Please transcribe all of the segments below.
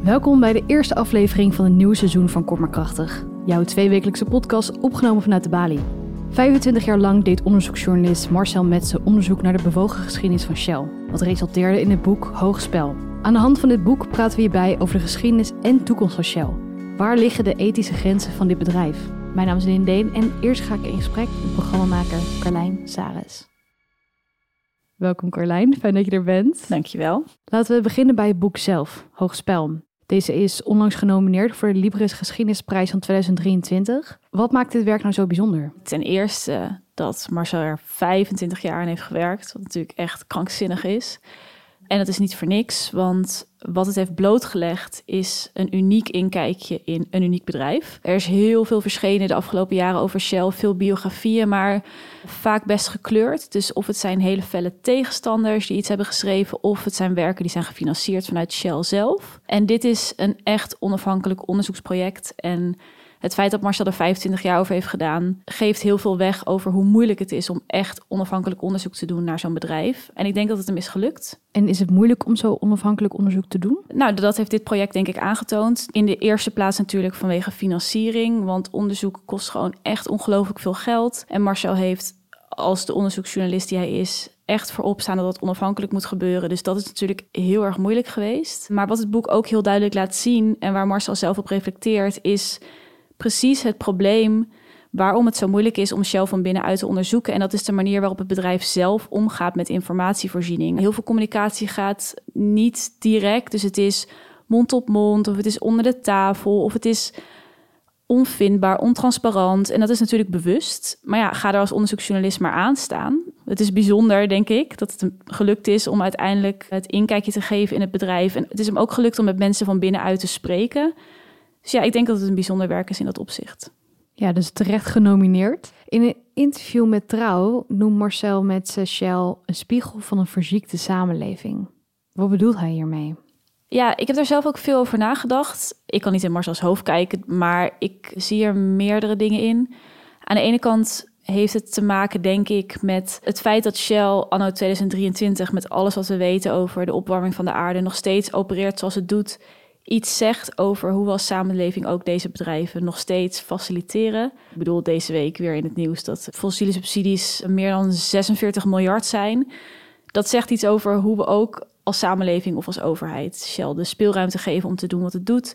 Welkom bij de eerste aflevering van het nieuwe seizoen van Kort maar Krachtig. Jouw tweewekelijkse podcast opgenomen vanuit de Bali. 25 jaar lang deed onderzoeksjournalist Marcel Metsen onderzoek naar de bewogen geschiedenis van Shell. Wat resulteerde in het boek Hoog Spel. Aan de hand van dit boek praten we hierbij over de geschiedenis en toekomst van Shell. Waar liggen de ethische grenzen van dit bedrijf? Mijn naam is Lynn Deen en eerst ga ik in gesprek met programmamaker Carlijn Sares. Welkom Carlijn, fijn dat je er bent. Dankjewel. Laten we beginnen bij het boek zelf, Hoog Spel. Deze is onlangs genomineerd voor de Libris Geschiedenisprijs van 2023. Wat maakt dit werk nou zo bijzonder? Ten eerste dat Marcel er 25 jaar aan heeft gewerkt, wat natuurlijk echt krankzinnig is. En dat is niet voor niks, want wat het heeft blootgelegd is een uniek inkijkje in een uniek bedrijf. Er is heel veel verschenen de afgelopen jaren over Shell, veel biografieën, maar vaak best gekleurd. Dus of het zijn hele felle tegenstanders die iets hebben geschreven, of het zijn werken die zijn gefinancierd vanuit Shell zelf. En dit is een echt onafhankelijk onderzoeksproject en het feit dat Marcel er 25 jaar over heeft gedaan, geeft heel veel weg over hoe moeilijk het is om echt onafhankelijk onderzoek te doen naar zo'n bedrijf. En ik denk dat het hem is gelukt. En is het moeilijk om zo onafhankelijk onderzoek te doen? Nou, dat heeft dit project denk ik aangetoond. In de eerste plaats natuurlijk vanwege financiering, want onderzoek kost gewoon echt ongelooflijk veel geld. En Marcel heeft, als de onderzoeksjournalist die hij is, echt voorop staan dat het onafhankelijk moet gebeuren. Dus dat is natuurlijk heel erg moeilijk geweest. Maar wat het boek ook heel duidelijk laat zien en waar Marcel zelf op reflecteert, is precies het probleem waarom het zo moeilijk is om Shell van binnenuit te onderzoeken. En dat is de manier waarop het bedrijf zelf omgaat met informatievoorziening. Heel veel communicatie gaat niet direct. Dus het is mond op mond, of het is onder de tafel, of het is onvindbaar, ontransparant. En dat is natuurlijk bewust. Maar ja, ga er als onderzoeksjournalist maar aan staan. Het is bijzonder, denk ik, dat het hem gelukt is om uiteindelijk het inkijkje te geven in het bedrijf. En het is hem ook gelukt om met mensen van binnenuit te spreken. Dus ja, ik denk dat het een bijzonder werk is in dat opzicht. Ja, dus terecht genomineerd. In een interview met Trouw noemt Marcel met Shell een spiegel van een verziekte samenleving. Wat bedoelt hij hiermee? Ja, ik heb daar zelf ook veel over nagedacht. Ik kan niet in Marcel's hoofd kijken, maar ik zie er meerdere dingen in. Aan de ene kant heeft het te maken, denk ik, met het feit dat Shell anno 2023... met alles wat we weten over de opwarming van de aarde nog steeds opereert zoals het doet, iets zegt over hoe we als samenleving ook deze bedrijven nog steeds faciliteren. Ik bedoel, deze week weer in het nieuws dat fossiele subsidies meer dan 46 miljard zijn. Dat zegt iets over hoe we ook als samenleving of als overheid Shell de speelruimte geven om te doen wat het doet.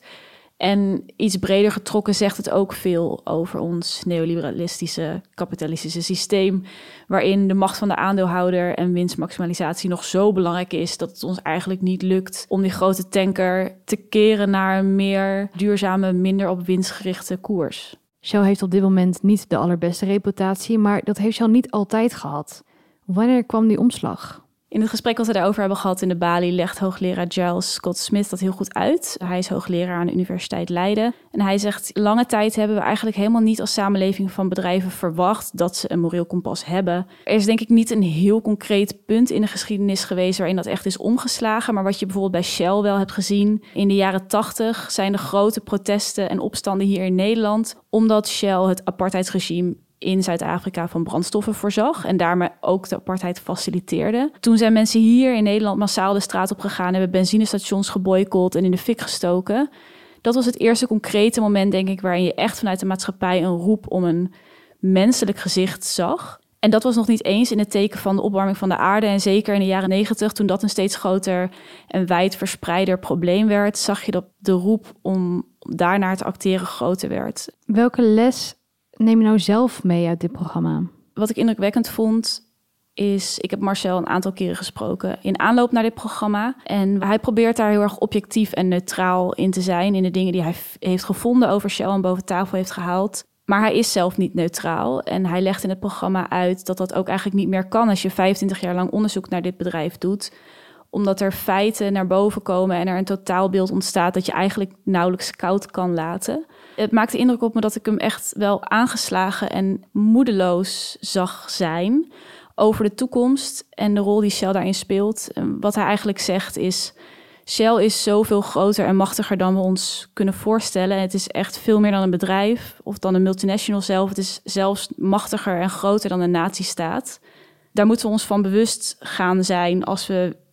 En iets breder getrokken zegt het ook veel over ons neoliberalistische, kapitalistische systeem, waarin de macht van de aandeelhouder en winstmaximalisatie nog zo belangrijk is dat het ons eigenlijk niet lukt om die grote tanker te keren naar een meer duurzame, minder op winst gerichte koers. Shell heeft op dit moment niet de allerbeste reputatie, maar dat heeft Shell niet altijd gehad. Wanneer kwam die omslag? In het gesprek wat we daarover hebben gehad in de Bali legt hoogleraar Giles Scott Smith dat heel goed uit. Hij is hoogleraar aan de Universiteit Leiden. En hij zegt, lange tijd hebben we eigenlijk helemaal niet als samenleving van bedrijven verwacht dat ze een moreel kompas hebben. Er is denk ik niet een heel concreet punt in de geschiedenis geweest waarin dat echt is omgeslagen. Maar wat je bijvoorbeeld bij Shell wel hebt gezien, in de jaren 80 zijn de grote protesten en opstanden hier in Nederland, omdat Shell het apartheidsregime in Zuid-Afrika van brandstoffen voorzag en daarmee ook de apartheid faciliteerde. Toen zijn mensen hier in Nederland massaal de straat op gegaan, hebben benzinestations geboycott en in de fik gestoken. Dat was het eerste concrete moment, denk ik, waarin je echt vanuit de maatschappij een roep om een menselijk gezicht zag. En dat was nog niet eens in het teken van de opwarming van de aarde. En zeker in de jaren 90, toen dat een steeds groter en wijd verspreider probleem werd, zag je dat de roep om daarnaar te acteren groter werd. Welke les neem je nou zelf mee uit dit programma? Wat ik indrukwekkend vond, is, ik heb Marcel een aantal keren gesproken in aanloop naar dit programma. En hij probeert daar heel erg objectief en neutraal in te zijn, in de dingen die hij heeft gevonden over Shell en boven tafel heeft gehaald. Maar hij is zelf niet neutraal. En hij legt in het programma uit dat dat ook eigenlijk niet meer kan als je 25 jaar lang onderzoek naar dit bedrijf doet. Omdat er feiten naar boven komen en er een totaalbeeld ontstaat dat je eigenlijk nauwelijks koud kan laten. Het maakte indruk op me dat ik hem echt wel aangeslagen en moedeloos zag zijn over de toekomst en de rol die Shell daarin speelt. En wat hij eigenlijk zegt is, Shell is zoveel groter en machtiger dan we ons kunnen voorstellen. En het is echt veel meer dan een bedrijf of dan een multinational zelf. Het is zelfs machtiger en groter dan een natiestaat. Daar moeten we ons van bewust gaan zijn als we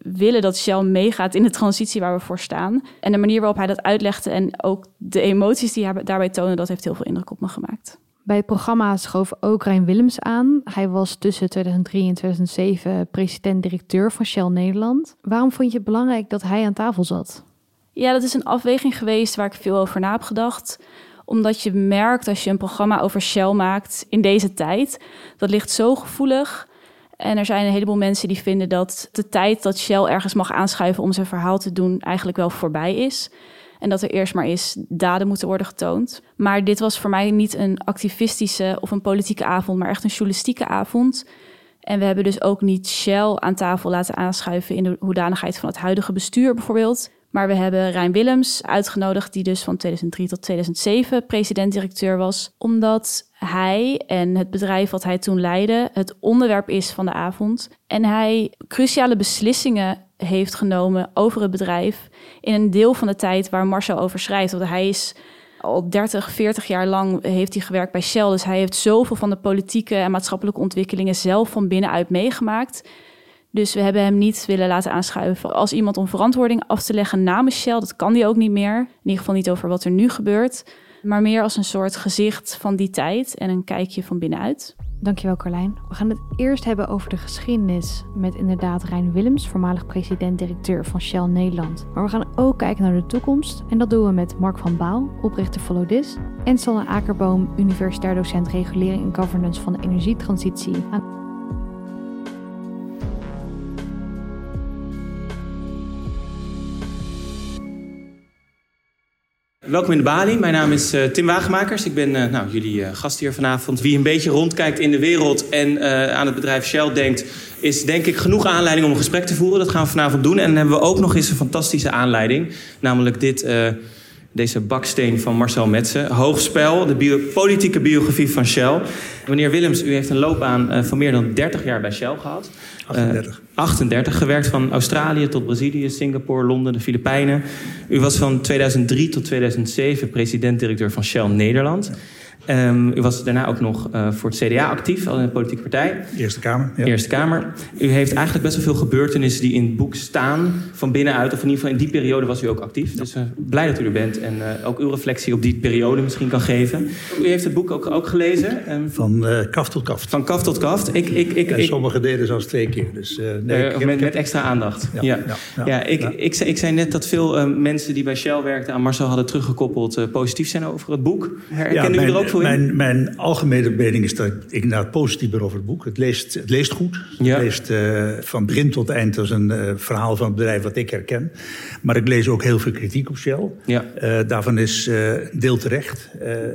willen dat Shell meegaat in de transitie waar we voor staan. En de manier waarop hij dat uitlegde en ook de emoties die hij daarbij toonde, dat heeft heel veel indruk op me gemaakt. Bij het programma schoof ook Rein Willems aan. Hij was tussen 2003 en 2007 president-directeur van Shell Nederland. Waarom vond je het belangrijk dat hij aan tafel zat? Ja, dat is een afweging geweest waar ik veel over na heb gedacht. Omdat je merkt als je een programma over Shell maakt in deze tijd, dat ligt zo gevoelig. En er zijn een heleboel mensen die vinden dat de tijd dat Shell ergens mag aanschuiven om zijn verhaal te doen eigenlijk wel voorbij is. En dat er eerst maar eens daden moeten worden getoond. Maar dit was voor mij niet een activistische of een politieke avond, maar echt een journalistieke avond. En we hebben dus ook niet Shell aan tafel laten aanschuiven in de hoedanigheid van het huidige bestuur bijvoorbeeld. Maar we hebben Rein Willems uitgenodigd, die dus van 2003 tot 2007 president-directeur was. Omdat hij en het bedrijf wat hij toen leidde het onderwerp is van de avond. En hij cruciale beslissingen heeft genomen over het bedrijf in een deel van de tijd waar Marcel over schrijft. Want hij is al 30, 40 jaar lang heeft hij gewerkt bij Shell. Dus hij heeft zoveel van de politieke en maatschappelijke ontwikkelingen zelf van binnenuit meegemaakt. Dus we hebben hem niet willen laten aanschuiven als iemand om verantwoording af te leggen namens Shell. Dat kan hij ook niet meer. In ieder geval niet over wat er nu gebeurt. Maar meer als een soort gezicht van die tijd en een kijkje van binnenuit. Dankjewel Carlijn. We gaan het eerst hebben over de geschiedenis met inderdaad Rein Willems, voormalig president-directeur van Shell Nederland. Maar we gaan ook kijken naar de toekomst. En dat doen we met Mark van Baal, oprichter Follow This. En Sanne Akerboom, universitair docent regulering en governance van de energietransitie aan Welkom in de Bali. Mijn naam is Tim Wagemakers. Ik ben jullie gast hier vanavond. Wie een beetje rondkijkt in de wereld en aan het bedrijf Shell denkt, is denk ik genoeg aanleiding om een gesprek te voeren. Dat gaan we vanavond doen. En dan hebben we ook nog eens een fantastische aanleiding. Namelijk deze baksteen van Marcel Metsen. Hoogspel, de politieke biografie van Shell. Meneer Willems, u heeft een loopbaan van meer dan 30 jaar bij Shell gehad. 38 gewerkt van Australië tot Brazilië, Singapore, Londen, de Filipijnen. U was van 2003 tot 2007 president-directeur van Shell Nederland. U was daarna ook nog voor het CDA actief, al in de politieke partij. Eerste Kamer. Ja. Eerste Kamer. U heeft eigenlijk best wel veel gebeurtenissen die in het boek staan van binnenuit. Of in ieder geval in die periode was u ook actief. Ja. Dus blij dat u er bent en ook uw reflectie op die periode misschien kan geven. U heeft het boek ook gelezen. Van kaft tot kaft. Van kaft tot kaft. Sommige delen zelfs 2 keer. Dus, met extra aandacht. Ik zei net dat veel mensen die bij Shell werkten aan Marcel hadden teruggekoppeld positief zijn over het boek. Herkennen u er ook? Mijn algemene mening is dat ik inderdaad positief ben over het boek. Het leest goed. Ja. Het leest van begin tot eind als een verhaal van het bedrijf wat ik herken. Maar ik lees ook heel veel kritiek op Shell. Ja. Daarvan is deel terecht.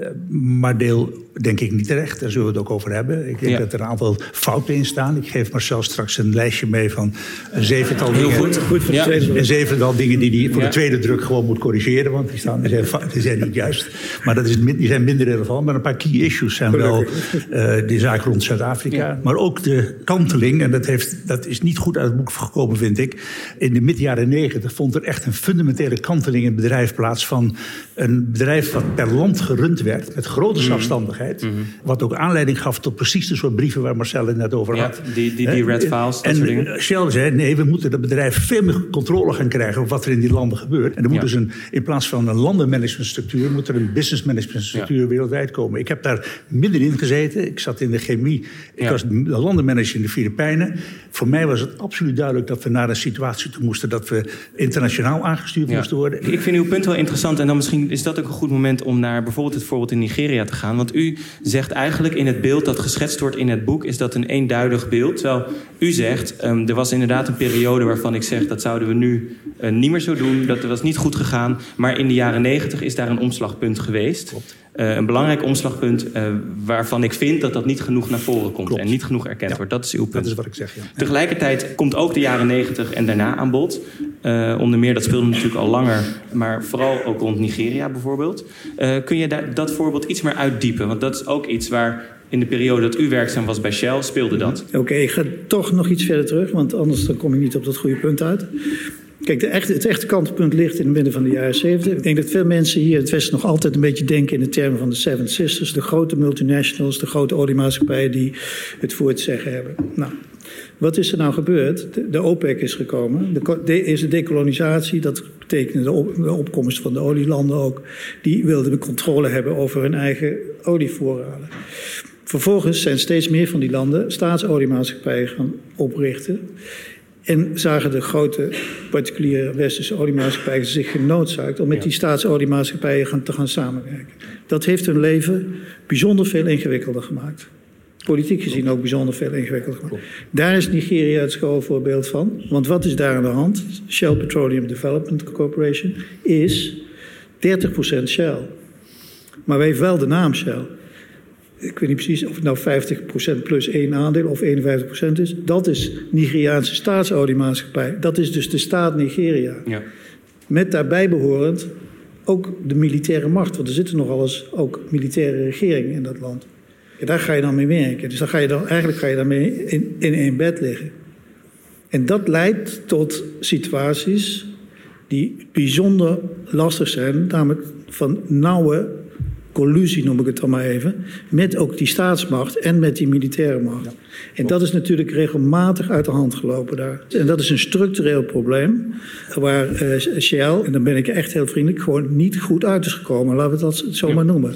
Maar deel denk ik niet terecht. Daar zullen we het ook over hebben. Ik denk dat er een aantal fouten in staan. Ik geef Marcel straks een lijstje mee van een zevental dingen. Heel goed voor de tweede. Een zevental dingen die hij voor de tweede druk gewoon moet corrigeren. Want die zijn niet juist. Maar die zijn minder relevant. Maar een paar key issues zijn wel de zaak rond Zuid-Afrika. Ja. Maar ook de kanteling. En dat is niet goed uit het boek gekomen, vind ik. In de mid-jaren 90 vond er echt een fundamentele kanteling in het bedrijf plaats. Van een bedrijf wat per land gerund werd. Met grote zelfstandigheid. Mm-hmm. Wat ook aanleiding gaf tot precies de soort brieven waar Marcel het net over had. Die red files, dat soort dingen. Shell zei, nee, we moeten dat bedrijf veel meer controle gaan krijgen op wat er in die landen gebeurt. En er moet dus in plaats van een landenmanagementstructuur, moet er een business managementstructuur wereldwijd komen. Ik heb daar middenin gezeten. Ik zat in de chemie. Ik was de landenmanager in de Filipijnen. Voor mij was het absoluut duidelijk dat we naar een situatie toe moesten dat we internationaal aangestuurd moesten worden. Ik vind uw punt wel interessant. En dan misschien is dat ook een goed moment om naar bijvoorbeeld het voorbeeld in Nigeria te gaan. Want u zegt eigenlijk in het beeld dat geschetst wordt in het boek, is dat een eenduidig beeld. Terwijl u zegt, er was inderdaad een periode waarvan ik zeg, dat zouden we nu niet meer zo doen. Dat was niet goed gegaan. Maar in de jaren 90 is daar een omslagpunt geweest. Klopt. Een belangrijk omslagpunt waarvan ik vind dat niet genoeg naar voren komt. Klopt. En niet genoeg erkend wordt. Dat is uw punt. Dat is wat ik zeg, ja. Tegelijkertijd komt ook de jaren 90 en daarna aan bod. Onder meer, dat speelde natuurlijk al langer, maar vooral ook rond Nigeria bijvoorbeeld. Kun je dat voorbeeld iets meer uitdiepen? Want dat is ook iets waar in de periode dat u werkzaam was bij Shell speelde dat. Oké, ik ga toch nog iets verder terug, want anders dan kom ik niet op dat goede punt uit. Kijk, het echte kantelpunt ligt in het midden van de jaren 70. Ik denk dat veel mensen hier in het Westen nog altijd een beetje denken in de termen van de Seven Sisters. De grote multinationals, de grote oliemaatschappijen die het voor het zeggen hebben. Nou, wat is er nou gebeurd? De OPEC is gekomen. Is de dekolonisatie, dat betekende de opkomst van de olielanden ook. Die wilden de controle hebben over hun eigen olievoorraden. Vervolgens zijn steeds meer van die landen staatsoliemaatschappijen gaan oprichten. En zagen de grote particuliere westerse oliemaatschappijen zich genoodzaakt om met die staatsoliemaatschappijen te gaan samenwerken. Dat heeft hun leven bijzonder veel ingewikkelder gemaakt. Politiek gezien ook bijzonder veel ingewikkelder gemaakt. Daar is Nigeria het schoolvoorbeeld van. Want wat is daar aan de hand? Shell Petroleum Development Corporation is 30% Shell. Maar heeft wel de naam Shell. Ik weet niet precies of het nou 50% plus 1 aandeel of 51% is. Dat is Nigeriaanse staatsoliemaatschappij. Dat is dus de staat Nigeria. Ja. Met daarbij behorend ook de militaire macht. Want er zitten nogal eens ook militaire regeringen in dat land. Ja, daar ga je dan mee werken. Dus eigenlijk ga je daarmee in één bed liggen. En dat leidt tot situaties die bijzonder lastig zijn. Namelijk van nauwe collusie, noem ik het dan maar even, met ook die staatsmacht en met die militaire macht. Ja. En dat is natuurlijk regelmatig uit de hand gelopen daar. En dat is een structureel probleem waar Shell, en dan ben ik echt heel vriendelijk, gewoon niet goed uit is gekomen. Laten we dat zo maar noemen.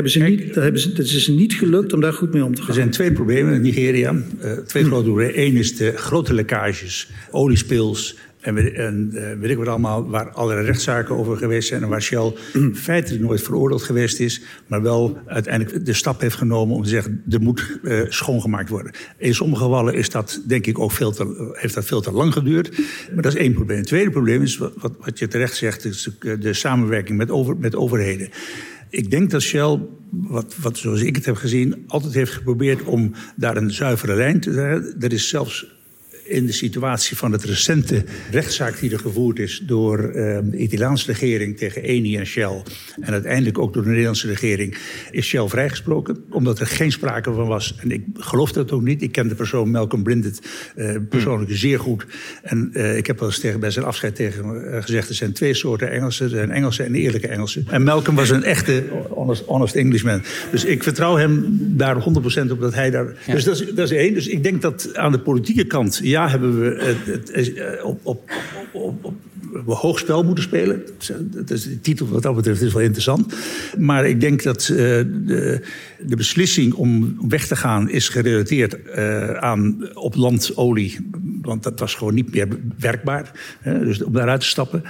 Het is niet gelukt om daar goed mee om te gaan. Er zijn 2 problemen in Nigeria. 2 grote problemen. Eén is de grote lekkages, oliespills. En weet ik wat allemaal, waar allerlei rechtszaken over geweest zijn en waar Shell feitelijk nooit veroordeeld geweest is, maar wel uiteindelijk de stap heeft genomen om te zeggen, er moet schoongemaakt worden. In sommige gevallen is dat, denk ik, ook heeft dat veel te lang geduurd. Maar dat is 1 probleem. Het tweede probleem is, wat je terecht zegt, is de samenwerking met overheden. Ik denk dat Shell, wat zoals ik het heb gezien, altijd heeft geprobeerd om daar een zuivere lijn te hebben. Er is zelfs in de situatie van het recente rechtszaak die er gevoerd is door de Italiaanse regering tegen Eni en Shell en uiteindelijk ook door de Nederlandse regering, is Shell vrijgesproken. Omdat er geen sprake van was. En ik geloof dat ook niet. Ik ken de persoon Malcolm Brinded persoonlijk zeer goed. En ik heb wel eens bij zijn afscheid tegen hem gezegd, er zijn 2 soorten Engelsen. Er zijn Engelsen en eerlijke Engelsen. En Malcolm was een echte honest Englishman. Dus ik vertrouw hem daar 100% op dat hij daar. Ja. Dus dat is 1. Dus ik denk dat aan de politieke kant, ja, hebben we op hoog spel moeten spelen. Dat is de titel wat dat betreft is wel interessant. Maar ik denk dat de beslissing om weg te gaan is gerelateerd aan op land olie. Want dat was gewoon niet meer werkbaar. Dus om daaruit te stappen.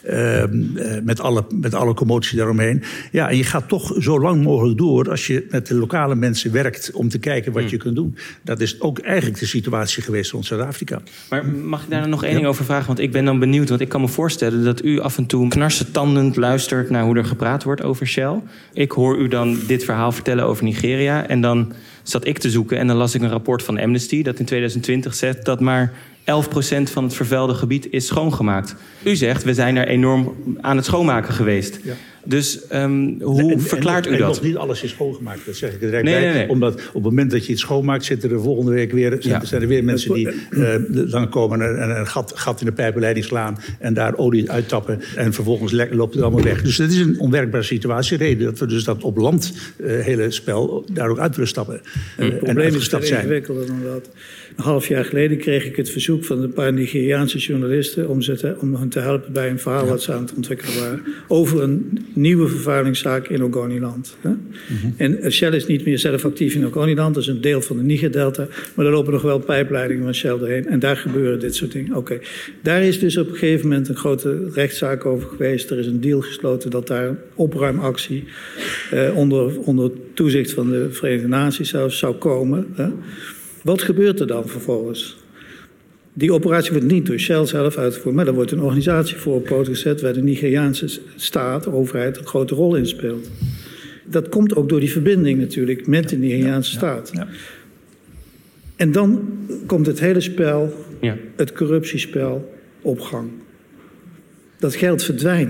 Met alle commotie daaromheen. Ja, en je gaat toch zo lang mogelijk door als je met de lokale mensen werkt om te kijken wat je kunt doen. Dat is ook eigenlijk de situatie geweest rond Zuid-Afrika. Maar mag ik daar nog 1 ding over vragen? Want ik ben dan benieuwd. Want ik kan me voorstellen dat u af en toe knarsetandend luistert naar hoe er gepraat wordt over Shell. Ik hoor u dan dit verhaal vertellen over Nigeria. En dan zat ik te zoeken en dan las ik een rapport van Amnesty dat in 2020 zegt dat maar 11% van het vervuilde gebied is schoongemaakt. U zegt, we zijn er enorm aan het schoonmaken geweest. Ja. Dus hoe verklaart u dat? Nog niet alles is schoongemaakt, dat zeg ik er direct bij. Nee. Omdat op het moment dat je het schoonmaakt, zitten er volgende week weer, zijn er weer mensen die dan komen en een gat in de pijpenleiding slaan en daar olie uittappen en vervolgens loopt het allemaal weg. Dus dat is een onwerkbare situatie. Reden dat we dus dat op land hele spel daar ook uit willen stappen. Het probleem is veel ingewikkelder dan dat. Een half jaar geleden kreeg ik het verzoek van een paar Nigeriaanse journalisten om hen te helpen bij een verhaal wat ze aan het ontwikkelen waren over een nieuwe vervuilingszaak in Ogoniland. En Shell is niet meer zelf actief in Ogoniland, dat is een deel van de Niger-delta, maar er lopen nog wel pijpleidingen van Shell doorheen en daar gebeuren dit soort dingen. Oké. Daar is dus op een gegeven moment een grote rechtszaak over geweest. Er is een deal gesloten dat daar een opruimactie onder toezicht van de Verenigde Naties zou komen. Wat gebeurt er dan vervolgens? Die operatie wordt niet door Shell zelf uitgevoerd, maar er wordt een organisatie voor op poot gezet waar de Nigeriaanse staat, de overheid, een grote rol in speelt. Dat komt ook door die verbinding natuurlijk met de Nigeriaanse staat. Ja. En dan komt het hele spel, het corruptiespel, op gang. Dat geld verdwijnt.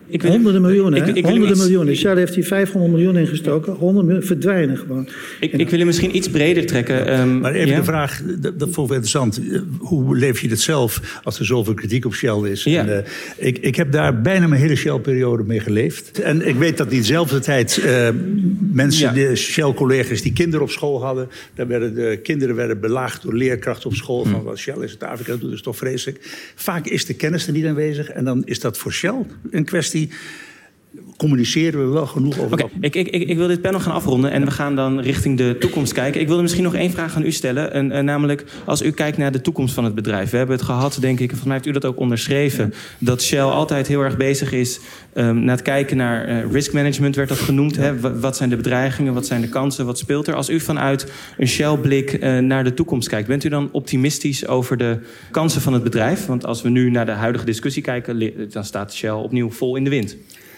Honderden miljoenen, honderden miljoenen. Shell heeft hier 500 miljoen ingestoken. 100 miljoen verdwijnen gewoon. Ik wil hem misschien iets breder trekken. Maar even de vraag, dat vond ik interessant. Hoe leef je het zelf als er zoveel kritiek op Shell is? Ja. En, ik heb daar bijna mijn hele Shell-periode mee geleefd. En ik weet dat in diezelfde tijd mensen, de Shell-collega's die kinderen op school hadden, de kinderen werden belaagd door leerkrachten op school. Van wat Shell in Zuid-Afrika doet, is toch vreselijk. Vaak is de kennis er niet aanwezig. En dan is dat voor Shell een kwestie. Communiceren we wel genoeg over. Oké, ik wil dit panel gaan afronden en we gaan dan richting de toekomst kijken. Ik wilde misschien nog één vraag aan u stellen. Namelijk, als u kijkt naar de toekomst van het bedrijf. We hebben het gehad, denk ik, volgens mij heeft u dat ook onderschreven, dat Shell altijd heel erg bezig is naar het kijken naar risk management, werd dat genoemd. Hè? Wat zijn de bedreigingen, wat zijn de kansen, wat speelt er? Als u vanuit een Shell-blik naar de toekomst kijkt, bent u dan optimistisch over de kansen van het bedrijf? Want als we nu naar de huidige discussie kijken, dan staat Shell opnieuw vol in de wind.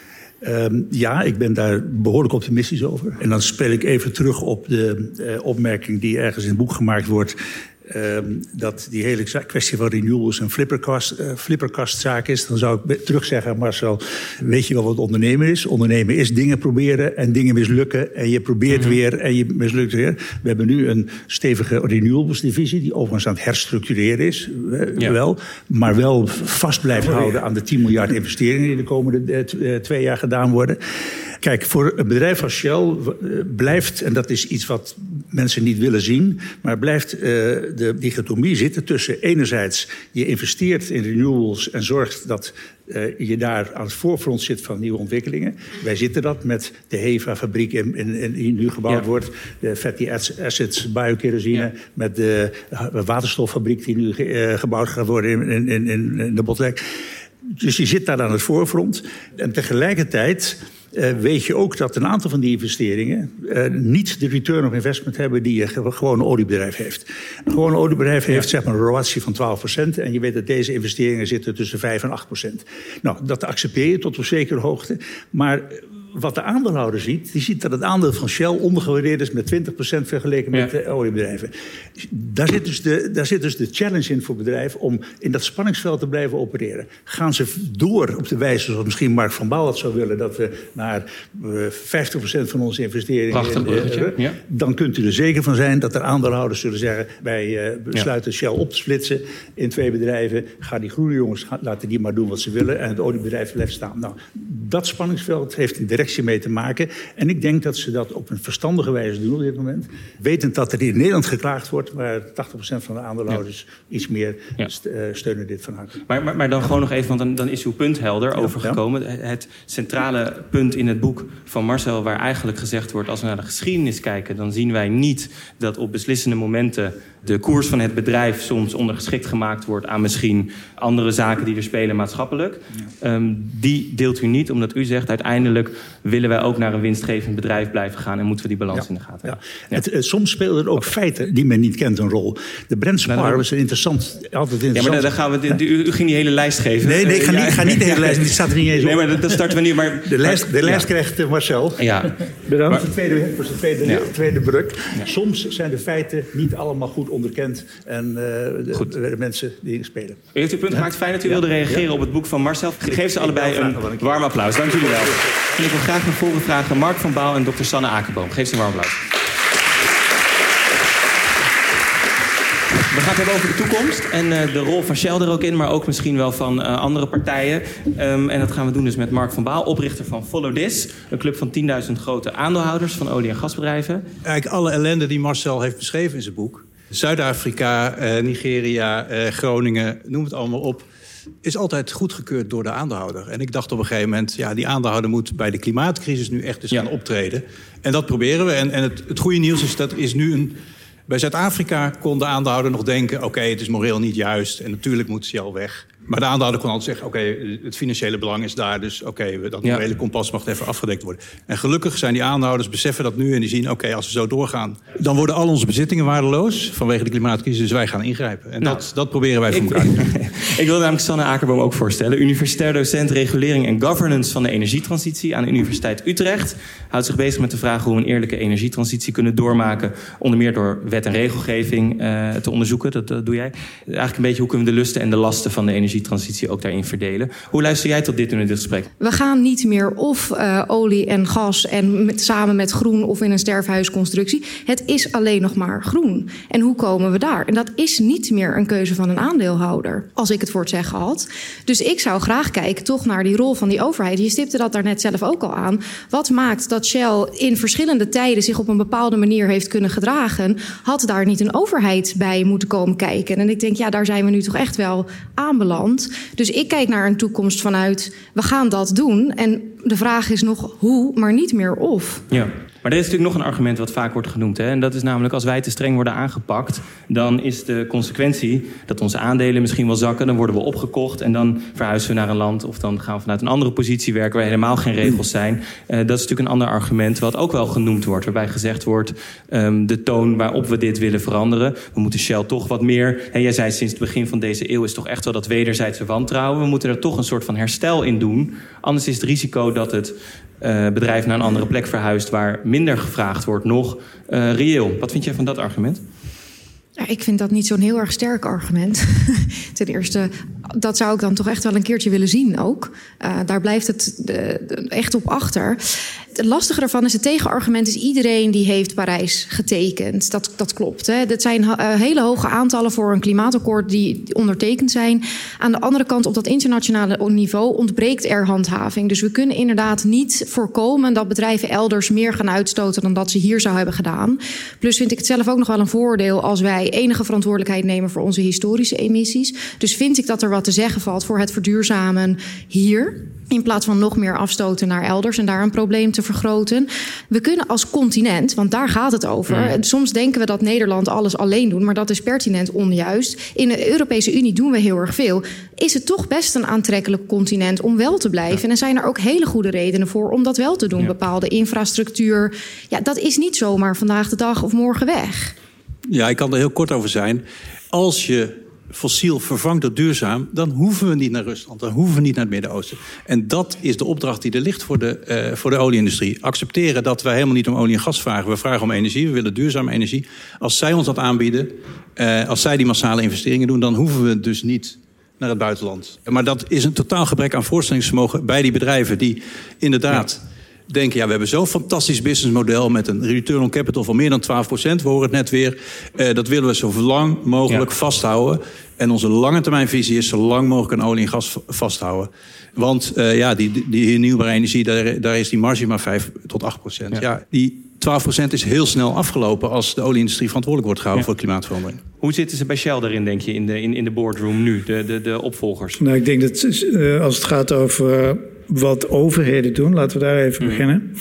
Ja, ik ben daar behoorlijk optimistisch over. En dan speel ik even terug op de opmerking die ergens in het boek gemaakt wordt. Dat die hele kwestie van renewables een flipperkastzaak is. Dan zou ik terug zeggen, Marcel, weet je wel wat ondernemen is? Ondernemen is dingen proberen en dingen mislukken. En je probeert weer en je mislukt weer. We hebben nu een stevige renewables divisie die overigens aan het herstructureren is. Wel, maar wel vast blijft houden aan de 10 miljard investeringen die de komende 2 jaar gedaan worden. Kijk, voor een bedrijf als Shell blijft, en dat is iets wat mensen niet willen zien, maar blijft de dichotomie zitten tussen enerzijds je investeert in renewables en zorgt dat je daar aan het voorfront zit van nieuwe ontwikkelingen. Wij zitten dat met de HEVA-fabriek die nu gebouwd wordt, de fatty acids biokerosine, met de waterstoffabriek die nu gebouwd gaat worden in de Botlek. Dus je zit daar aan het voorfront. En tegelijkertijd weet je ook dat een aantal van die investeringen niet de return of investment hebben die een gewone oliebedrijf heeft. Een gewone oliebedrijf heeft zeg maar een ROACE van 12%. En je weet dat deze investeringen zitten tussen 5 en 8%. Nou, dat accepteer je tot op zekere hoogte. Maar wat de aandeelhouder ziet, die ziet dat het aandeel van Shell ondergewaardeerd is met 20% vergeleken met de oliebedrijven. Daar zit dus de challenge in voor bedrijven om in dat spanningsveld te blijven opereren. Gaan ze door op de wijze zoals misschien Mark van Baal dat zou willen, dat we naar 50% van onze investeringen dan kunt u er zeker van zijn dat er aandeelhouders zullen zeggen, wij besluiten Shell op te splitsen in 2 bedrijven. Ga die groene jongens, laten die maar doen wat ze willen en het oliebedrijf blijft staan. Nou, dat spanningsveld heeft een directie mee te maken. En ik denk dat ze dat op een verstandige wijze doen op dit moment. Wetend dat er in Nederland geklaagd wordt, maar 80% van de aandeelhouders iets meer steunen dit van harte. Maar dan gewoon nog even, want dan is uw punt helder overgekomen. Het centrale punt in het boek van Marcel, waar eigenlijk gezegd wordt, als we naar de geschiedenis kijken, dan zien wij niet dat op beslissende momenten de koers van het bedrijf soms ondergeschikt gemaakt wordt aan misschien andere zaken die er spelen maatschappelijk. Die deelt u niet, omdat u zegt uiteindelijk willen wij ook naar een winstgevend bedrijf blijven gaan en moeten we die balans in de gaten hebben. Soms spelen er ook feiten die men niet kent een rol. De Brent Spar was altijd interessant. Ja, maar dan gaan we. U ging die hele lijst geven. Nee, ik ga niet de hele lijst. Die staat er niet eens op. Nee, maar dat starten we niet. Maar de lijst krijgt Marcel. Ja. Bedankt voor de tweede bruk. Ja. Soms zijn de feiten niet allemaal goed onderkend en de mensen die spelen. U heeft uw punt gemaakt. Fijn dat u wilde reageren op het boek van Marcel. Geef ze allebei een warm applaus. Dank jullie wel. En ik wil graag mijn volgende vragen Mark van Baal en Dr. Sanne Akerboom. Geef ze een warm applaus. We gaan het hebben over de toekomst en de rol van Shell er ook in, maar ook misschien wel van andere partijen. En dat gaan we doen dus met Mark van Baal, oprichter van Follow This. Een club van 10.000 grote aandeelhouders van olie- en gasbedrijven. Eigenlijk alle ellende die Marcel heeft beschreven in zijn boek. Zuid-Afrika, Nigeria, Groningen, noem het allemaal op, is altijd goedgekeurd door de aandeelhouder. En ik dacht op een gegeven moment, die aandeelhouder moet bij de klimaatcrisis nu echt eens gaan optreden. En dat proberen we. En het goede nieuws is dat is nu bij Zuid-Afrika kon de aandeelhouder nog denken, oké, het is moreel niet juist en natuurlijk moet Shell weg. Maar de aandeelhouder kon altijd zeggen, het financiële belang is daar, dus dat morele kompas mag even afgedekt worden. En gelukkig zijn die aandeelhouders, beseffen dat nu en die zien, als we zo doorgaan, dan worden al onze bezittingen waardeloos vanwege de klimaatcrisis, dus wij gaan ingrijpen. En dat proberen wij voor elkaar te doen. Ik wil namelijk Sanne Akerboom ook voorstellen. Universitair docent regulering en governance van de energietransitie aan de Universiteit Utrecht. Houdt zich bezig met de vraag hoe we een eerlijke energietransitie kunnen doormaken. Onder meer door wet en regelgeving te onderzoeken. Dat doe jij. Eigenlijk een beetje hoe kunnen we de lusten en de lasten van de energietransitie energietransitie ook daarin verdelen. Hoe luister jij tot dit in dit gesprek? We gaan niet meer of olie en gas en samen met groen of in een sterfhuisconstructie. Het is alleen nog maar groen. En hoe komen we daar? En dat is niet meer een keuze van een aandeelhouder, als ik het voor het zeggen had. Dus ik zou graag kijken toch naar die rol van die overheid. Je stipte dat daarnet zelf ook al aan. Wat maakt dat Shell in verschillende tijden zich op een bepaalde manier heeft kunnen gedragen? Had daar niet een overheid bij moeten komen kijken? En ik denk, ja, daar zijn we nu toch echt wel aanbeland. Dus ik kijk naar een toekomst vanuit, we gaan dat doen. En de vraag is nog hoe, maar niet meer of. Ja. Maar er is natuurlijk nog een argument wat vaak wordt genoemd. Hè? En dat is namelijk, als wij te streng worden aangepakt, dan is de consequentie dat onze aandelen misschien wel zakken. Dan worden we opgekocht en dan verhuizen we naar een land of dan gaan we vanuit een andere positie werken waar helemaal geen regels zijn. Dat is natuurlijk een ander argument wat ook wel genoemd wordt. Waarbij gezegd wordt, de toon waarop we dit willen veranderen. We moeten Shell toch wat meer. En jij zei sinds het begin van deze eeuw is toch echt wel dat wederzijdse wantrouwen. We moeten er toch een soort van herstel in doen. Anders is het risico dat het bedrijf naar een andere plek verhuist waar minder gevraagd wordt nog reëel. Wat vind jij van dat argument? Ja, ik vind dat niet zo'n heel erg sterk argument. Ten eerste, dat zou ik dan toch echt wel een keertje willen zien ook. Daar blijft het echt op achter. Het lastige daarvan is, het tegenargument is iedereen die heeft Parijs getekend. Dat klopt. Hè. Dat zijn hele hoge aantallen voor een klimaatakkoord die ondertekend zijn. Aan de andere kant, op dat internationale niveau ontbreekt er handhaving. Dus we kunnen inderdaad niet voorkomen dat bedrijven elders meer gaan uitstoten dan dat ze hier zou hebben gedaan. Plus vind ik het zelf ook nog wel een voordeel als wij enige verantwoordelijkheid nemen voor onze historische emissies. Dus vind ik dat er wat te zeggen valt voor het verduurzamen hier, in plaats van nog meer afstoten naar elders en daar een probleem te vergroten. We kunnen als continent, want daar gaat het over. Soms denken we dat Nederland alles alleen doet, maar dat is pertinent onjuist. In de Europese Unie doen we heel erg veel. Is het toch best een aantrekkelijk continent om wel te blijven? En zijn er ook hele goede redenen voor om dat wel te doen. Bepaalde infrastructuur. Ja, dat is niet zomaar vandaag de dag of morgen weg. Ja, ik kan er heel kort over zijn. Als je fossiel vervangt door duurzaam, dan hoeven we niet naar Rusland. Dan hoeven we niet naar het Midden-Oosten. En dat is de opdracht die er ligt voor de olieindustrie. Accepteren dat wij helemaal niet om olie en gas vragen. We vragen om energie, we willen duurzame energie. Als zij ons dat aanbieden, als zij die massale investeringen doen, dan hoeven we dus niet naar het buitenland. Maar dat is een totaal gebrek aan voorstellingsvermogen bij die bedrijven die inderdaad denken, ja, we hebben zo'n fantastisch businessmodel met een return on capital van meer dan 12%. We horen het net weer. Dat willen we zo lang mogelijk vasthouden. En onze lange termijn visie is zo lang mogelijk aan olie en gas vasthouden. Want die hernieuwbare energie, daar is die marge maar 5 tot 8%. Ja, die 12% is heel snel afgelopen als de olieindustrie verantwoordelijk wordt gehouden voor klimaatverandering. Hoe zitten ze bij Shell erin, denk je, in de boardroom nu, de opvolgers? Nou, ik denk dat als het gaat over wat overheden doen, laten we daar even beginnen.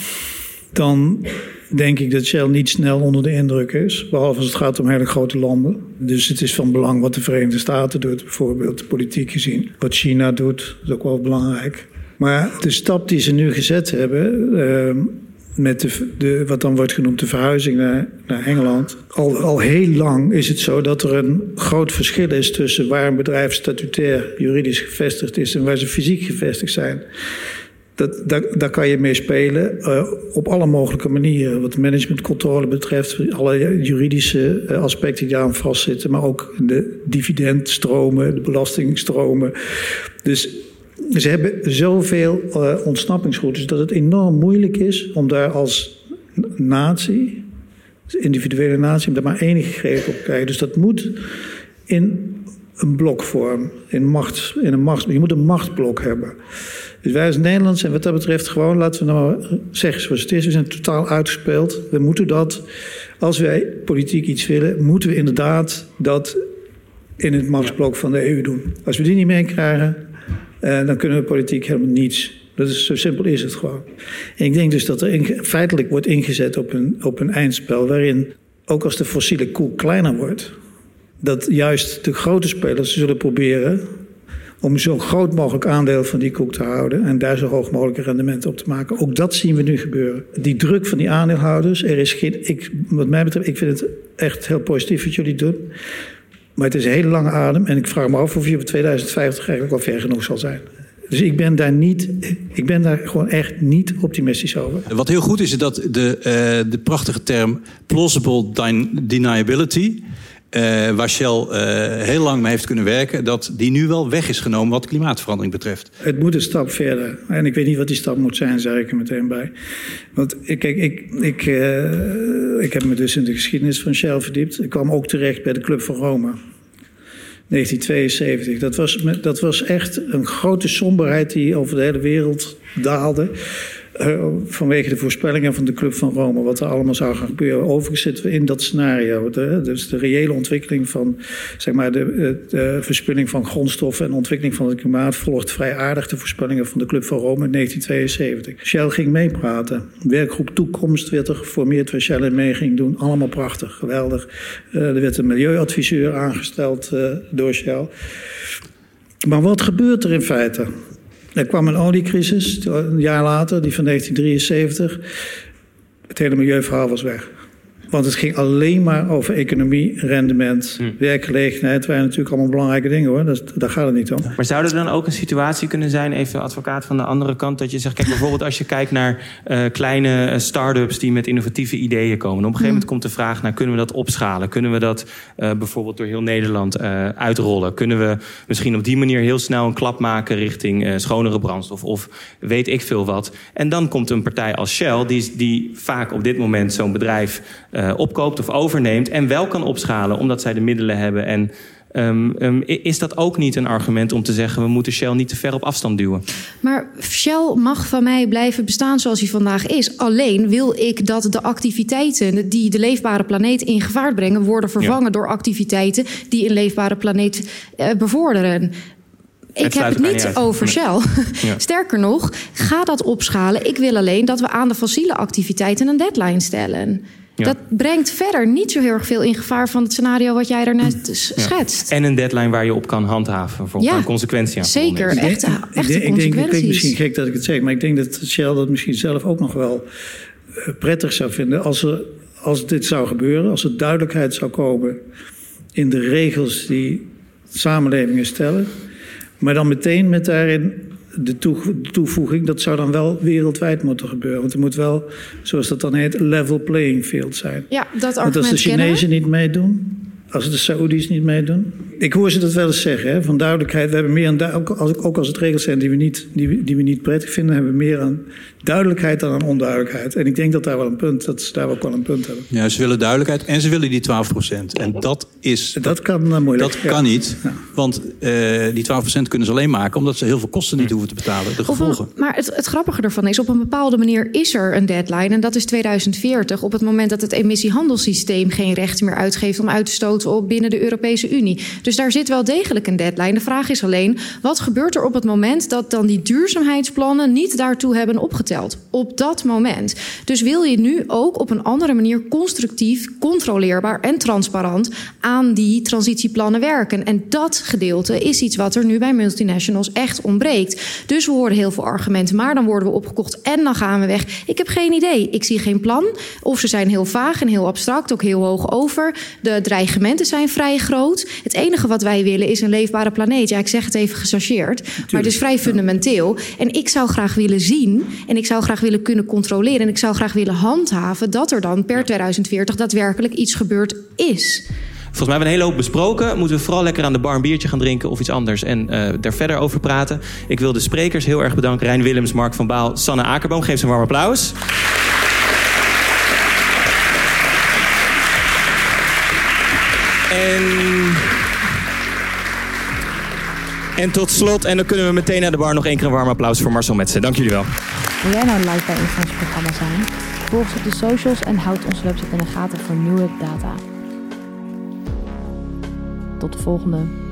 Dan denk ik dat Shell niet snel onder de indruk is. Behalve als het gaat om hele grote landen. Dus het is van belang wat de Verenigde Staten doet, bijvoorbeeld politiek gezien. Wat China doet, is ook wel belangrijk. Maar de stap die ze nu gezet hebben, met wat dan wordt genoemd de verhuizing naar Engeland. Al heel lang is het zo dat er een groot verschil is tussen waar een bedrijf statutair juridisch gevestigd is en waar ze fysiek gevestigd zijn. Daar kan je mee spelen op alle mogelijke manieren. Wat de managementcontrole betreft, alle juridische aspecten die daaraan vastzitten, maar ook de dividendstromen, de belastingstromen. Dus ze hebben zoveel ontsnappingsroutes dat het enorm moeilijk is om daar als natie, als individuele natie, om daar maar enige greep op te krijgen. Dus dat moet in een blokvorm, je moet een machtsblok hebben. Dus wij als Nederland zijn wat dat betreft gewoon, laten we nou maar zeggen zoals het is, we zijn totaal uitgespeeld. We moeten dat, als wij politiek iets willen, moeten we inderdaad dat in het machtsblok van de EU doen. Als we die niet meekrijgen, dan kunnen we politiek helemaal niets. Zo simpel is het gewoon. En ik denk dus dat er feitelijk wordt ingezet op een eindspel waarin, ook als de fossiele koek kleiner wordt, dat juist de grote spelers zullen proberen om zo groot mogelijk aandeel van die koek te houden en daar zo hoog mogelijke rendementen op te maken. Ook dat zien we nu gebeuren. Die druk van die aandeelhouders, wat mij betreft, ik vind het echt heel positief wat jullie doen. Maar het is een hele lange adem en ik vraag me af of je op 2050 eigenlijk wel ver genoeg zal zijn. Dus ik ben daar gewoon echt niet optimistisch over. Wat heel goed is dat de prachtige term plausible deniability waar Shell heel lang mee heeft kunnen werken, dat die nu wel weg is genomen wat klimaatverandering betreft. Het moet een stap verder. En ik weet niet wat die stap moet zijn, zeg ik er meteen bij. Want ik heb me dus in de geschiedenis van Shell verdiept. Ik kwam ook terecht bij de Club van Rome. 1972. Dat was echt een grote somberheid die over de hele wereld daalde. Vanwege de voorspellingen van de Club van Rome, wat er allemaal zou gaan gebeuren. Overigens zitten we in dat scenario. Dus de reële ontwikkeling van, zeg maar, de verspilling van grondstoffen en ontwikkeling van het klimaat volgt vrij aardig de voorspellingen van de Club van Rome in 1972. Shell ging meepraten. Werkgroep Toekomst werd er geformeerd waar Shell in mee ging doen. Allemaal prachtig, geweldig. Er werd een milieuadviseur aangesteld door Shell. Maar wat gebeurt er in feite? Er kwam een oliecrisis, een jaar later, die van 1973. Het hele milieuverhaal was weg. Want het ging alleen maar over economie, rendement, werkgelegenheid. Waren natuurlijk allemaal belangrijke dingen, hoor. Daar gaat het niet om. Maar zou er dan ook een situatie kunnen zijn, even advocaat van de andere kant, dat je zegt, kijk, bijvoorbeeld als je kijkt naar kleine start-ups die met innovatieve ideeën komen. Op een gegeven moment komt de vraag, nou, kunnen we dat opschalen? Kunnen we dat bijvoorbeeld door heel Nederland uitrollen? Kunnen we misschien op die manier heel snel een klap maken richting schonere brandstof of weet ik veel wat? En dan komt een partij als Shell, die vaak op dit moment zo'n bedrijf opkoopt of overneemt en wel kan opschalen omdat zij de middelen hebben. En is dat ook niet een argument om te zeggen, we moeten Shell niet te ver op afstand duwen? Maar Shell mag van mij blijven bestaan zoals hij vandaag is. Alleen wil ik dat de activiteiten die de leefbare planeet in gevaar brengen worden vervangen door activiteiten die een leefbare planeet bevorderen. Ik heb het niet over Shell. Ja. Sterker nog, ga dat opschalen. Ik wil alleen dat we aan de fossiele activiteiten een deadline stellen. Ja. Dat brengt verder niet zo heel erg veel in gevaar van het scenario wat jij daarnet schetst. En een deadline waar je op kan de regels die samenlevingen stellen. Maar dan meteen met daarin de toevoeging, dat zou dan wel wereldwijd moeten gebeuren. Want er moet wel, zoals dat dan heet, level playing field zijn. Ja, dat argument. Want als de Chinezen niet meedoen, als de Saoedi's niet meedoen. Ik hoor ze dat wel eens zeggen, hè, van duidelijkheid. We hebben meer aan ook als het regels zijn die we niet prettig vinden, hebben we meer aan duidelijkheid dan aan onduidelijkheid. En ik denk dat dat ze daar ook wel een punt hebben. Ja, ze willen duidelijkheid en ze willen die 12%. En dat kan moeilijk. Dat kan niet, want die 12% kunnen ze alleen maken omdat ze heel veel kosten niet hoeven te betalen. De gevolgen. Maar het grappige ervan is, op een bepaalde manier is er een deadline en dat is 2040. Op het moment dat het emissiehandelssysteem geen recht meer uitgeeft om uit te stoten binnen de Europese Unie. Dus daar zit wel degelijk een deadline. De vraag is alleen, wat gebeurt er op het moment dat dan die duurzaamheidsplannen niet daartoe hebben opgeteld? Op dat moment. Dus wil je nu ook op een andere manier constructief, controleerbaar en transparant aan die transitieplannen werken. En dat gedeelte is iets wat er nu bij multinationals echt ontbreekt. Dus we horen heel veel argumenten, maar dan worden we opgekocht en dan gaan we weg. Ik heb geen idee. Ik zie geen plan. Of ze zijn heel vaag en heel abstract, ook heel hoog over. De dreigementen zijn vrij groot. Het enige wat wij willen is een leefbare planeet. Ja, ik zeg het even gechargeerd, maar het is vrij fundamenteel. En ik zou graag willen zien en ik zou graag willen kunnen controleren en ik zou graag willen handhaven dat er dan per 2040 daadwerkelijk iets gebeurd is. Volgens mij hebben we een hele hoop besproken. Moeten we vooral lekker aan de bar een biertje gaan drinken of iets anders en daar verder over praten. Ik wil de sprekers heel erg bedanken. Rijn Willems, Mark van Baal, Sanne Akerboom. Geef ze een warm applaus. En tot slot, en dan kunnen we meteen naar de bar, nog één keer een warm applaus voor Marcel Metsen. Dank jullie wel. Wil jij nou live bij een van onze programma's zijn? Volg ons op de socials en houd onze website in de gaten voor nieuwe data. Tot de volgende.